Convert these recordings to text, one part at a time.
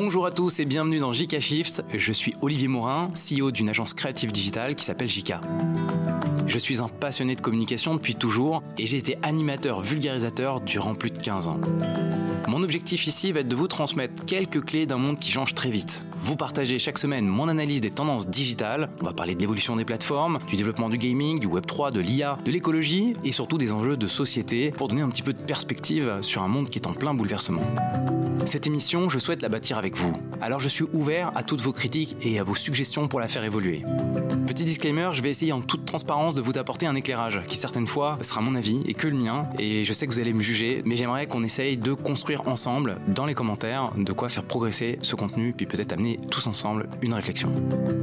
Bonjour à tous et bienvenue dans JK Shift. Je suis Olivier Morin, CEO d'une agence créative digitale qui s'appelle JK. Je suis un passionné de communication depuis toujours et j'ai été animateur vulgarisateur durant plus de 15 ans. Mon objectif ici va être de vous transmettre quelques clés d'un monde qui change très vite. Vous partagez chaque semaine mon analyse des tendances digitales. On va parler de l'évolution des plateformes, du développement du gaming, du Web3, de l'IA, de l'écologie et surtout des enjeux de société pour donner un petit peu de perspective sur un monde qui est en plein bouleversement. Cette émission, je souhaite la bâtir avec vous. Alors je suis ouvert à toutes vos critiques et à vos suggestions pour la faire évoluer. Petit disclaimer, je vais essayer en toute transparence de vous apporter un éclairage qui certaines fois sera mon avis et que le mien. Et je sais que vous allez me juger, mais j'aimerais qu'on essaye de construire ensemble, dans les commentaires, de quoi faire progresser ce contenu, puis peut-être amener tous ensemble une réflexion.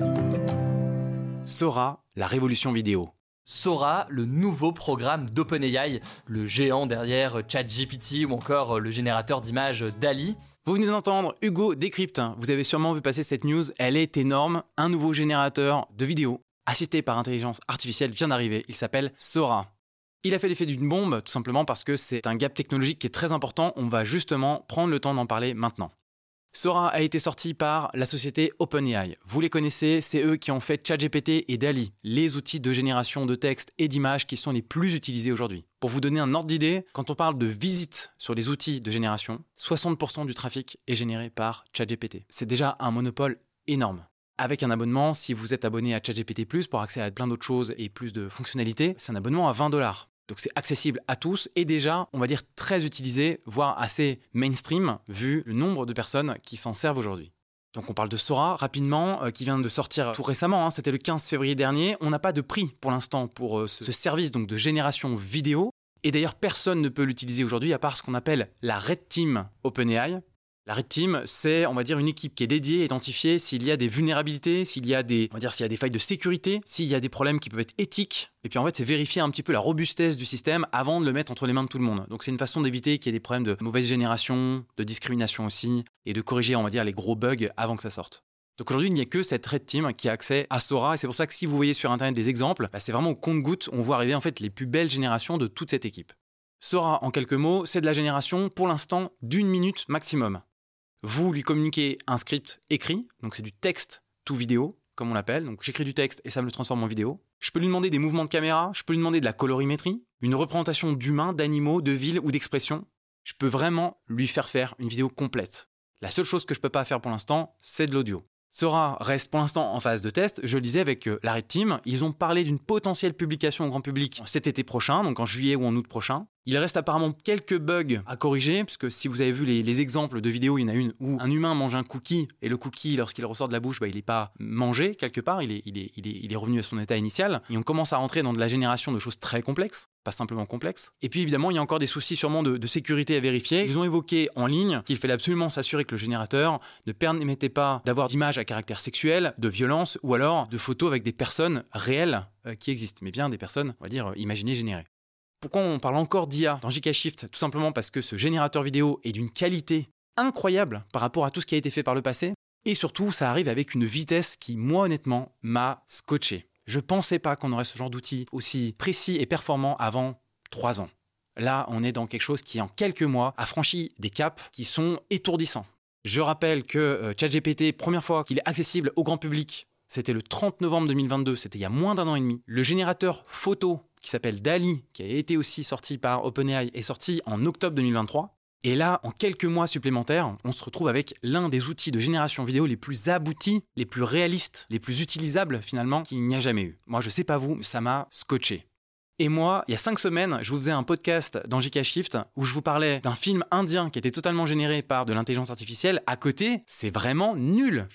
Sora, la révolution vidéo. Sora, le nouveau programme d'OpenAI, le géant derrière ChatGPT ou encore le générateur d'images DALL-E. Vous venez d'entendre Hugo Décrypte. Vous avez sûrement vu passer cette news, elle est énorme. Un nouveau générateur de vidéos assisté par intelligence artificielle vient d'arriver. Il s'appelle Sora. Il a fait l'effet d'une bombe, tout simplement parce que c'est un gap technologique qui est très important. On va justement prendre le temps d'en parler maintenant. Sora a été sorti par la société OpenAI. Vous les connaissez, c'est eux qui ont fait ChatGPT et DALL-E, les outils de génération de texte et d'images qui sont les plus utilisés aujourd'hui. Pour vous donner un ordre d'idée, quand on parle de visites sur les outils de génération, 60% du trafic est généré par ChatGPT. C'est déjà un monopole énorme. Avec un abonnement, si vous êtes abonné à ChatGPT+, pour accéder à plein d'autres choses et plus de fonctionnalités, c'est un abonnement à $20. Donc c'est accessible à tous et déjà, on va dire très utilisé, voire assez mainstream, vu le nombre de personnes qui s'en servent aujourd'hui. Donc on parle de Sora, rapidement, qui vient de sortir tout récemment, c'était le 15 février dernier. On n'a pas de prix pour l'instant pour ce service donc, de génération vidéo. Et d'ailleurs, personne ne peut l'utiliser aujourd'hui à part ce qu'on appelle la Red Team OpenAI. La Red Team, c'est, on va dire, une équipe qui est dédiée à identifier s'il y a des vulnérabilités, s'il y a des failles de sécurité, s'il y a des problèmes qui peuvent être éthiques. Et puis en fait, c'est vérifier un petit peu la robustesse du système avant de le mettre entre les mains de tout le monde. Donc c'est une façon d'éviter qu'il y ait des problèmes de mauvaise génération, de discrimination aussi, et de corriger, on va dire, les gros bugs avant que ça sorte. Donc aujourd'hui, il n'y a que cette Red Team qui a accès à Sora, et c'est pour ça que si vous voyez sur Internet des exemples, c'est vraiment au compte-gouttes, on voit arriver en fait les plus belles générations de toute cette équipe. Sora, en quelques mots, c'est de la génération, pour l'instant, d'1 minute maximum. Vous lui communiquez un script écrit, donc c'est du texte to vidéo, comme on l'appelle. Donc j'écris du texte et ça me le transforme en vidéo. Je peux lui demander des mouvements de caméra, je peux lui demander de la colorimétrie, une représentation d'humains, d'animaux, de villes ou d'expressions. Je peux vraiment lui faire une vidéo complète. La seule chose que je peux pas faire pour l'instant, c'est de l'audio. Sora reste pour l'instant en phase de test. Je le disais avec la Red Team, ils ont parlé d'une potentielle publication au grand public cet été prochain, donc en juillet ou en août prochain. Il reste apparemment quelques bugs à corriger, puisque si vous avez vu les exemples de vidéos, il y en a une où un humain mange un cookie, et le cookie, lorsqu'il ressort de la bouche, il n'est pas mangé quelque part, il est revenu à son état initial. Et on commence à rentrer dans de la génération de choses très complexes, pas simplement complexes. Et puis évidemment, il y a encore des soucis sûrement de sécurité à vérifier. Ils ont évoqué en ligne qu'il fallait absolument s'assurer que le générateur ne permettait pas d'avoir d'images à caractère sexuel, de violence, ou alors de photos avec des personnes réelles qui existent, mais bien des personnes, on va dire, imaginées, générées. Pourquoi on parle encore d'IA dans JK Shift? Tout simplement parce que ce générateur vidéo est d'une qualité incroyable par rapport à tout ce qui a été fait par le passé. Et surtout, ça arrive avec une vitesse qui, moi honnêtement, m'a scotché. Je pensais pas qu'on aurait ce genre d'outil aussi précis et performant avant 3 ans. Là, on est dans quelque chose qui, en quelques mois, a franchi des caps qui sont étourdissants. Je rappelle que ChatGPT, première fois qu'il est accessible au grand public, c'était le 30 novembre 2022, c'était il y a moins d'1 an et demi. Le générateur photo qui s'appelle DALL-E, qui a été aussi sorti par OpenAI, est sorti en octobre 2023. Et là, en quelques mois supplémentaires, on se retrouve avec l'un des outils de génération vidéo les plus aboutis, les plus réalistes, les plus utilisables finalement qu'il n'y a jamais eu. Moi, je sais pas vous, mais ça m'a scotché. Et moi, il y a 5 semaines, je vous faisais un podcast dans JK Shift où je vous parlais d'un film indien qui était totalement généré par de l'intelligence artificielle. À côté, c'est vraiment nul.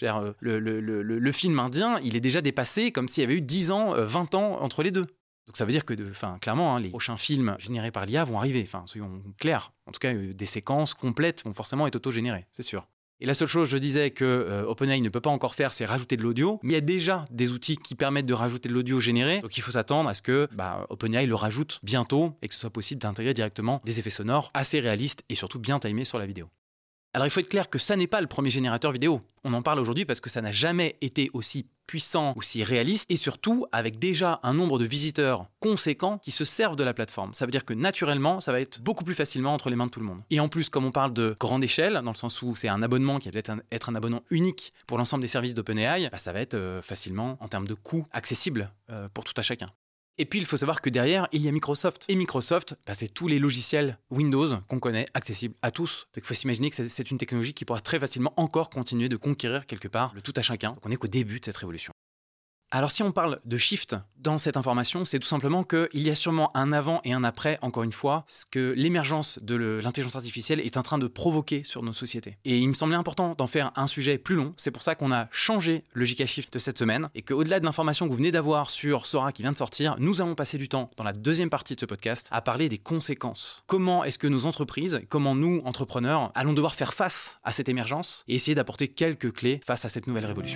Le film indien, il est déjà dépassé comme s'il y avait eu 10 ans, 20 ans entre les deux. Donc ça veut dire que, clairement, les prochains films générés par l'IA vont arriver. Soyons clairs. En tout cas, des séquences complètes vont forcément être auto-générées, c'est sûr. Et la seule chose, je disais que OpenAI ne peut pas encore faire, c'est rajouter de l'audio. Mais il y a déjà des outils qui permettent de rajouter de l'audio généré. Donc il faut s'attendre à ce que OpenAI le rajoute bientôt et que ce soit possible d'intégrer directement des effets sonores assez réalistes et surtout bien timés sur la vidéo. Alors il faut être clair que ça n'est pas le premier générateur vidéo. On en parle aujourd'hui parce que ça n'a jamais été aussi puissant, aussi réaliste, et surtout avec déjà un nombre de visiteurs conséquents qui se servent de la plateforme. Ça veut dire que naturellement, ça va être beaucoup plus facilement entre les mains de tout le monde. Et en plus, comme on parle de grande échelle, dans le sens où c'est un abonnement qui va peut-être être un abonnement unique pour l'ensemble des services d'OpenAI, ça va être facilement, en termes de coût, accessible pour tout à chacun. Et puis, il faut savoir que derrière, il y a Microsoft. Et Microsoft, c'est tous les logiciels Windows qu'on connaît, accessibles à tous. Donc, il faut s'imaginer que c'est une technologie qui pourra très facilement encore continuer de conquérir quelque part le tout à chacun. Donc, on n'est qu'au début de cette révolution. Alors si on parle de shift dans cette information, c'est tout simplement qu'il y a sûrement un avant et un après, encore une fois, ce que l'émergence de l'intelligence artificielle est en train de provoquer sur nos sociétés. Et il me semblait important d'en faire un sujet plus long, c'est pour ça qu'on a changé le JK Shift de cette semaine, et qu'au-delà de l'information que vous venez d'avoir sur Sora qui vient de sortir, nous allons passer du temps, dans la deuxième partie de ce podcast, à parler des conséquences. Comment est-ce que nos entreprises, comment nous, entrepreneurs, allons devoir faire face à cette émergence et essayer d'apporter quelques clés face à cette nouvelle révolution.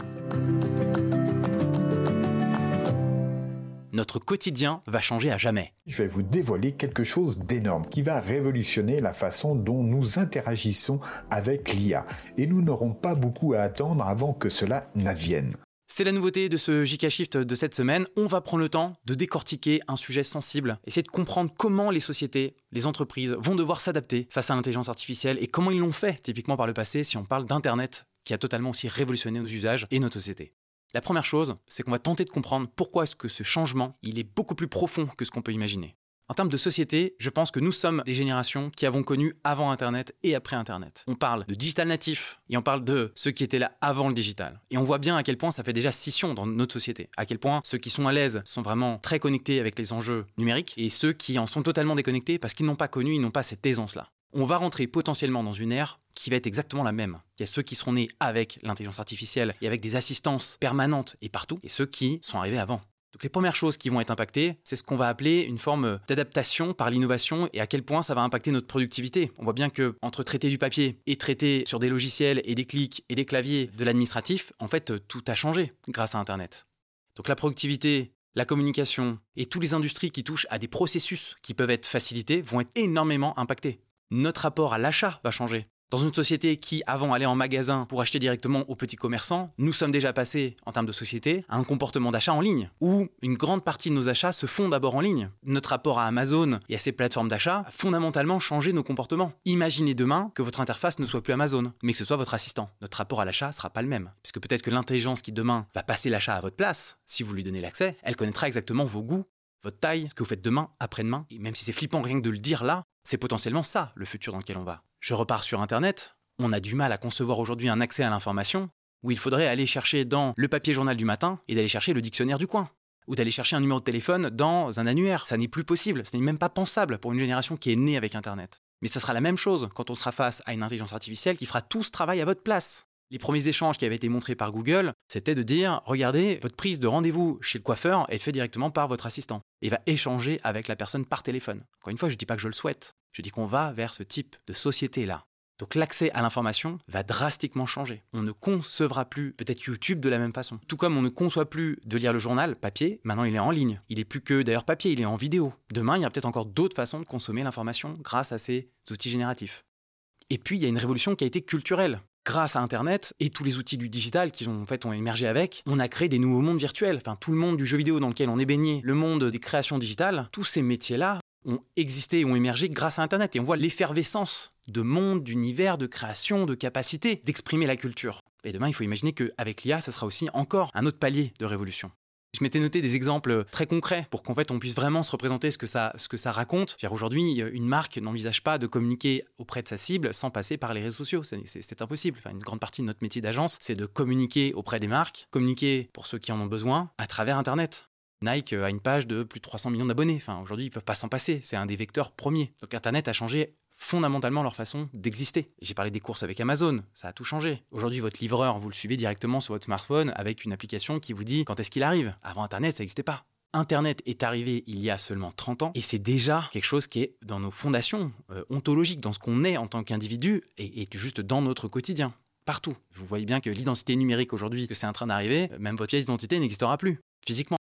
Notre quotidien va changer à jamais. Je vais vous dévoiler quelque chose d'énorme qui va révolutionner la façon dont nous interagissons avec l'IA. Et nous n'aurons pas beaucoup à attendre avant que cela n'advienne. C'est la nouveauté de ce JK Shift de cette semaine. On va prendre le temps de décortiquer un sujet sensible, essayer de comprendre comment les sociétés, les entreprises vont devoir s'adapter face à l'intelligence artificielle et comment ils l'ont fait, typiquement par le passé, si on parle d'Internet, qui a totalement aussi révolutionné nos usages et notre société. La première chose, c'est qu'on va tenter de comprendre pourquoi est-ce que ce changement, il est beaucoup plus profond que ce qu'on peut imaginer. En termes de société, je pense que nous sommes des générations qui avons connu avant Internet et après Internet. On parle de digital natif et on parle de ceux qui étaient là avant le digital. Et on voit bien à quel point ça fait déjà scission dans notre société. À quel point ceux qui sont à l'aise sont vraiment très connectés avec les enjeux numériques et ceux qui en sont totalement déconnectés parce qu'ils n'ont pas connu, ils n'ont pas cette aisance-là. On va rentrer potentiellement dans une ère qui va être exactement la même. Il y a ceux qui seront nés avec l'intelligence artificielle et avec des assistances permanentes et partout, et ceux qui sont arrivés avant. Donc les premières choses qui vont être impactées, c'est ce qu'on va appeler une forme d'adaptation par l'innovation et à quel point ça va impacter notre productivité. On voit bien que entre traiter du papier et traiter sur des logiciels et des clics et des claviers de l'administratif, en fait, tout a changé grâce à Internet. Donc la productivité, la communication et toutes les industries qui touchent à des processus qui peuvent être facilités vont être énormément impactés. Notre rapport à l'achat va changer. Dans une société qui, avant, allait en magasin pour acheter directement aux petits commerçants, nous sommes déjà passés, en termes de société, à un comportement d'achat en ligne, où une grande partie de nos achats se font d'abord en ligne. Notre rapport à Amazon et à ces plateformes d'achat a fondamentalement changé nos comportements. Imaginez demain que votre interface ne soit plus Amazon, mais que ce soit votre assistant. Notre rapport à l'achat ne sera pas le même, puisque peut-être que l'intelligence qui demain va passer l'achat à votre place, si vous lui donnez l'accès, elle connaîtra exactement vos goûts, votre taille, ce que vous faites demain, après-demain, et même si c'est flippant rien que de le dire là, c'est potentiellement ça, le futur dans lequel on va. Je repars sur Internet, on a du mal à concevoir aujourd'hui un accès à l'information où il faudrait aller chercher dans le papier journal du matin et d'aller chercher le dictionnaire du coin, ou d'aller chercher un numéro de téléphone dans un annuaire. Ça n'est plus possible, ce n'est même pas pensable pour une génération qui est née avec Internet. Mais ça sera la même chose quand on sera face à une intelligence artificielle qui fera tout ce travail à votre place. Les premiers échanges qui avaient été montrés par Google, c'était de dire « Regardez, votre prise de rendez-vous chez le coiffeur est faite directement par votre assistant. Et va échanger avec la personne par téléphone. » Encore une fois, je ne dis pas que je le souhaite. Je dis qu'on va vers ce type de société-là. Donc l'accès à l'information va drastiquement changer. On ne concevra plus peut-être YouTube de la même façon. Tout comme on ne conçoit plus de lire le journal papier, maintenant il est en ligne. Il est plus que d'ailleurs papier, il est en vidéo. Demain, il y a peut-être encore d'autres façons de consommer l'information grâce à ces outils génératifs. Et puis, il y a une révolution qui a été culturelle. Grâce à Internet et tous les outils du digital qui ont émergé avec, on a créé des nouveaux mondes virtuels. Enfin, tout le monde du jeu vidéo dans lequel on est baigné, le monde des créations digitales, tous ces métiers-là ont existé et ont émergé grâce à Internet. Et on voit l'effervescence de mondes, d'univers, de création, de capacité d'exprimer la culture. Et demain, il faut imaginer qu'avec l'IA, ça sera aussi encore un autre palier de révolution. Je m'étais noté des exemples très concrets pour qu'en fait on puisse vraiment se représenter ce que ça raconte. C'est-à-dire aujourd'hui, une marque n'envisage pas de communiquer auprès de sa cible sans passer par les réseaux sociaux. C'est impossible. Enfin, une grande partie de notre métier d'agence, c'est de communiquer auprès des marques, communiquer pour ceux qui en ont besoin à travers Internet. Nike a une page de plus de 300 millions d'abonnés. Enfin, aujourd'hui, ils ne peuvent pas s'en passer. C'est un des vecteurs premiers. Donc Internet a changé fondamentalement leur façon d'exister. J'ai parlé des courses avec Amazon, ça a tout changé. Aujourd'hui, votre livreur, vous le suivez directement sur votre smartphone avec une application qui vous dit quand est-ce qu'il arrive. Avant Internet, ça n'existait pas. Internet est arrivé il y a seulement 30 ans et c'est déjà quelque chose qui est dans nos fondations ontologiques, dans ce qu'on est en tant qu'individu et juste dans notre quotidien, partout. Vous voyez bien que l'identité numérique aujourd'hui, que c'est en train d'arriver, même votre pièce d'identité n'existera plus, physiquement.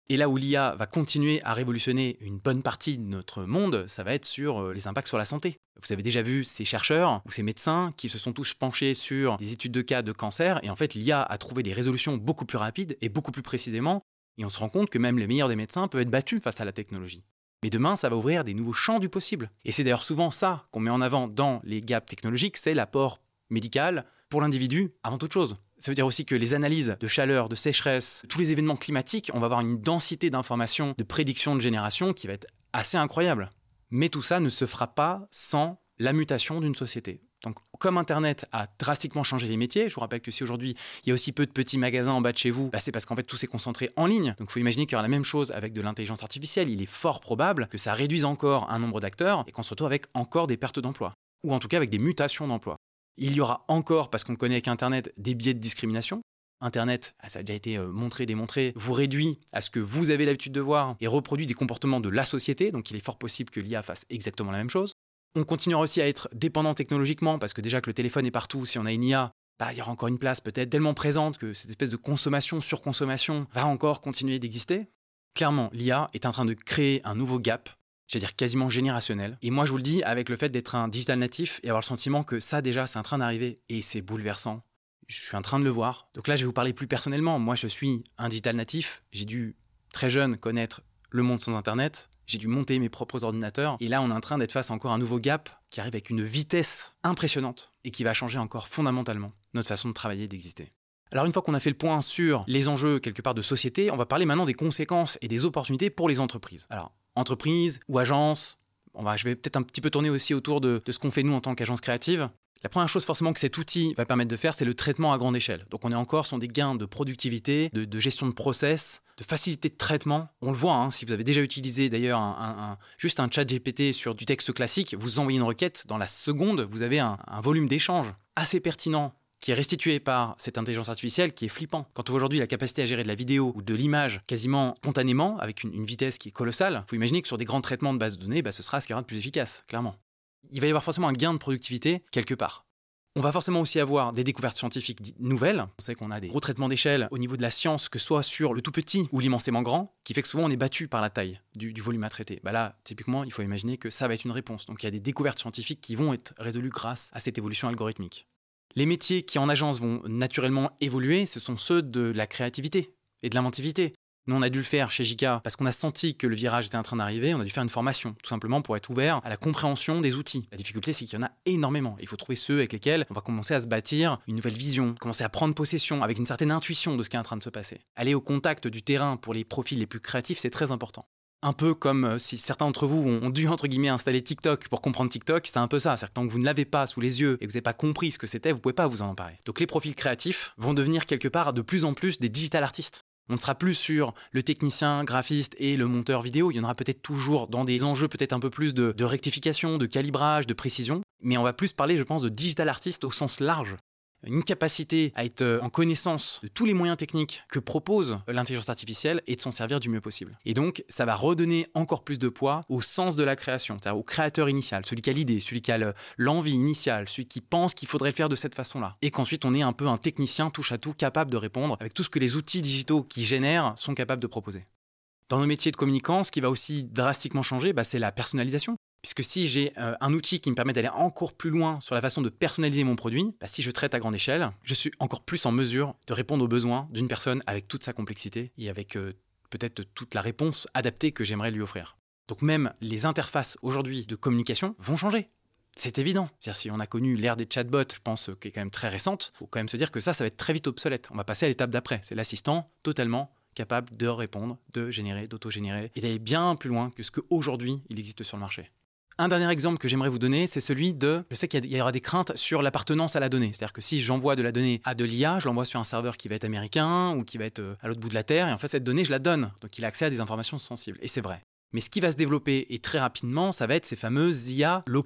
Et là où l'IA va continuer à révolutionner une bonne partie de notre monde, ça va être sur les impacts sur la santé. Vous avez déjà vu ces chercheurs ou ces médecins qui se sont tous penchés sur des études de cas de cancer, et en fait l'IA a trouvé des résolutions beaucoup plus rapides et beaucoup plus précisément, et on se rend compte que même les meilleurs des médecins peuvent être battus face à la technologie. Mais demain, ça va ouvrir des nouveaux champs du possible. Et c'est d'ailleurs souvent ça qu'on met en avant dans les gaps technologiques, c'est l'apport médical pour l'individu avant toute chose. Ça veut dire aussi que les analyses de chaleur, de sécheresse, tous les événements climatiques, on va avoir une densité d'informations, de prédictions de génération qui va être assez incroyable. Mais tout ça ne se fera pas sans la mutation d'une société. Donc, comme Internet a drastiquement changé les métiers, je vous rappelle que si aujourd'hui il y a aussi peu de petits magasins en bas de chez vous, c'est parce qu'en fait tout s'est concentré en ligne. Donc il faut imaginer qu'il y aura la même chose avec de l'intelligence artificielle. Il est fort probable que ça réduise encore un nombre d'acteurs et qu'on se retrouve avec encore des pertes d'emplois. Ou en tout cas avec des mutations d'emplois. Il y aura encore, parce qu'on connaît avec Internet, des biais de discrimination. Internet, ça a déjà été démontré, vous réduit à ce que vous avez l'habitude de voir et reproduit des comportements de la société, donc il est fort possible que l'IA fasse exactement la même chose. On continuera aussi à être dépendant technologiquement, parce que déjà que le téléphone est partout, si on a une IA, il y aura encore une place peut-être tellement présente que cette espèce de consommation, surconsommation va encore continuer d'exister. Clairement, l'IA est en train de créer un nouveau gap, c'est-à-dire quasiment générationnel. Et moi, je vous le dis, avec le fait d'être un digital natif et avoir le sentiment que ça, déjà, c'est en train d'arriver et c'est bouleversant. Je suis en train de le voir. Donc là, je vais vous parler plus personnellement. Moi, je suis un digital natif. J'ai dû, très jeune, connaître le monde sans Internet. J'ai dû monter mes propres ordinateurs. Et là, on est en train d'être face à encore un nouveau gap qui arrive avec une vitesse impressionnante et qui va changer encore fondamentalement notre façon de travailler et d'exister. Alors une fois qu'on a fait le point sur les enjeux quelque part de société, on va parler maintenant des conséquences et des opportunités pour les entreprises. Alors, entreprises ou agences, je vais peut-être un petit peu tourner aussi autour de ce qu'on fait nous en tant qu'agence créative. La première chose forcément que cet outil va permettre de faire, c'est le traitement à grande échelle. Donc on est encore sur des gains de productivité, de gestion de process, de facilité de traitement. On le voit, si vous avez déjà utilisé d'ailleurs juste un chat GPT sur du texte classique, vous envoyez une requête, dans la seconde, vous avez un volume d'échange assez pertinent qui est restitué par cette intelligence artificielle qui est flippant. Quand aujourd'hui la capacité à gérer de la vidéo ou de l'image quasiment spontanément, avec une vitesse qui est colossale, il faut imaginer que sur des grands traitements de bases de données, ce sera ce qui aura de plus efficace, clairement. Il va y avoir forcément un gain de productivité quelque part. On va forcément aussi avoir des découvertes scientifiques nouvelles. On sait qu'on a des gros traitements d'échelle au niveau de la science, que ce soit sur le tout petit ou l'immensément grand, qui fait que souvent on est battu par la taille du volume à traiter. Là, typiquement, il faut imaginer que ça va être une réponse. Donc il y a des découvertes scientifiques qui vont être résolues grâce à cette évolution algorithmique. Les métiers qui en agence vont naturellement évoluer, ce sont ceux de la créativité et de l'inventivité. Nous, on a dû le faire chez JICA parce qu'on a senti que le virage était en train d'arriver. On a dû faire une formation, tout simplement pour être ouvert à la compréhension des outils. La difficulté, c'est qu'il y en a énormément. Il faut trouver ceux avec lesquels on va commencer à se bâtir une nouvelle vision, commencer à prendre possession avec une certaine intuition de ce qui est en train de se passer. Aller au contact du terrain pour les profils les plus créatifs, c'est très important. Un peu comme si certains d'entre vous ont dû, entre guillemets, installer TikTok pour comprendre TikTok, c'est un peu ça. C'est-à-dire que tant que vous ne l'avez pas sous les yeux et que vous n'avez pas compris ce que c'était, vous ne pouvez pas vous en emparer. Donc les profils créatifs vont devenir quelque part de plus en plus des digital artistes. On ne sera plus sur le technicien, graphiste et le monteur vidéo. Il y en aura peut-être toujours dans des enjeux peut-être un peu plus de rectification, de calibrage, de précision. Mais on va plus parler, je pense, de digital artiste au sens large. Une capacité à être en connaissance de tous les moyens techniques que propose l'intelligence artificielle et de s'en servir du mieux possible. Et donc, ça va redonner encore plus de poids au sens de la création, c'est-à-dire au créateur initial, celui qui a l'idée, celui qui a l'envie initiale, celui qui pense qu'il faudrait le faire de cette façon-là. Et qu'ensuite, on est un peu un technicien touche-à-tout capable de répondre avec tout ce que les outils digitaux qui génèrent sont capables de proposer. Dans nos métiers de communicants, ce qui va aussi drastiquement changer, c'est la personnalisation. Puisque si j'ai un outil qui me permet d'aller encore plus loin sur la façon de personnaliser mon produit, si je traite à grande échelle, je suis encore plus en mesure de répondre aux besoins d'une personne avec toute sa complexité et avec peut-être toute la réponse adaptée que j'aimerais lui offrir. Donc même les interfaces aujourd'hui de communication vont changer. C'est évident. C'est-à-dire si on a connu l'ère des chatbots, je pense qui est quand même très récente, il faut quand même se dire que ça va être très vite obsolète. On va passer à l'étape d'après. C'est l'assistant totalement capable de répondre, de générer, d'autogénérer et d'aller bien plus loin que ce qu'aujourd'hui il existe sur le marché. Un dernier exemple que j'aimerais vous donner, c'est celui je sais qu'il y aura des craintes sur l'appartenance à la donnée. C'est-à-dire que si j'envoie de la donnée à de l'IA, je l'envoie sur un serveur qui va être américain ou qui va être à l'autre bout de la Terre, et en fait cette donnée, je la donne. Donc il a accès à des informations sensibles, et c'est vrai. Mais ce qui va se développer, et très rapidement, ça va être ces fameuses IA locales.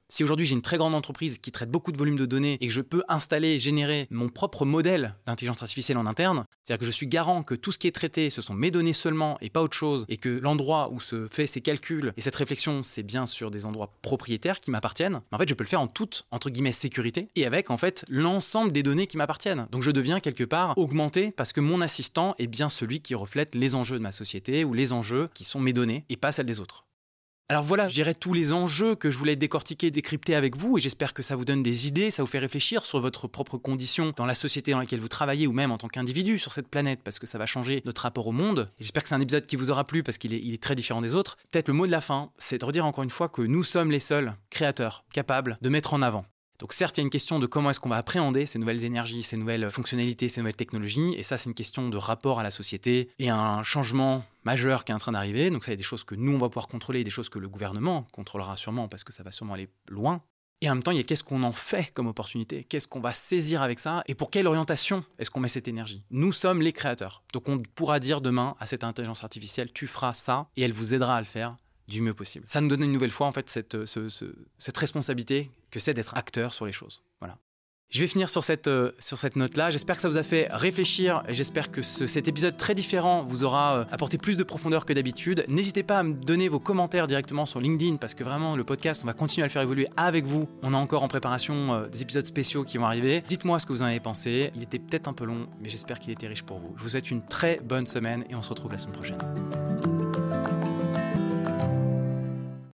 Si aujourd'hui j'ai une très grande entreprise qui traite beaucoup de volume de données et que je peux installer et générer mon propre modèle d'intelligence artificielle en interne, c'est-à-dire que je suis garant que tout ce qui est traité, ce sont mes données seulement et pas autre chose, et que l'endroit où se fait ces calculs et cette réflexion, c'est bien sur des endroits propriétaires qui m'appartiennent, en fait je peux le faire en toute, entre guillemets, sécurité et avec en fait l'ensemble des données qui m'appartiennent. Donc je deviens quelque part augmenté parce que mon assistant est bien celui qui reflète les enjeux de ma société ou les enjeux qui sont mes données et pas celles des autres. Alors voilà, je dirais tous les enjeux que je voulais décortiquer, décrypter avec vous, et j'espère que ça vous donne des idées, ça vous fait réfléchir sur votre propre condition dans la société dans laquelle vous travaillez ou même en tant qu'individu sur cette planète, parce que ça va changer notre rapport au monde. Et j'espère que c'est un épisode qui vous aura plu parce qu'il est très différent des autres. Peut-être le mot de la fin, c'est de redire encore une fois que nous sommes les seuls créateurs capables de mettre en avant. Donc certes, il y a une question de comment est-ce qu'on va appréhender ces nouvelles énergies, ces nouvelles fonctionnalités, ces nouvelles technologies, et ça c'est une question de rapport à la société et un changement majeur qui est en train d'arriver. Donc ça, il y a des choses que nous on va pouvoir contrôler, des choses que le gouvernement contrôlera sûrement parce que ça va sûrement aller loin. Et en même temps, il y a qu'est-ce qu'on en fait comme opportunité, qu'est-ce qu'on va saisir avec ça, et pour quelle orientation est-ce qu'on met cette énergie. Nous sommes les créateurs, donc on pourra dire demain à cette intelligence artificielle, tu feras ça, et elle vous aidera à le faire du mieux possible. Ça nous donne une nouvelle fois en fait cette responsabilité que c'est d'être acteur sur les choses. Voilà. Je vais finir sur cette note-là. J'espère que ça vous a fait réfléchir et j'espère que cet épisode très différent vous aura apporté plus de profondeur que d'habitude. N'hésitez pas à me donner vos commentaires directement sur LinkedIn parce que vraiment le podcast, on va continuer à le faire évoluer avec vous. On a encore en préparation des épisodes spéciaux qui vont arriver. Dites-moi ce que vous en avez pensé. Il était peut-être un peu long, mais j'espère qu'il était riche pour vous. Je vous souhaite une très bonne semaine et on se retrouve la semaine prochaine.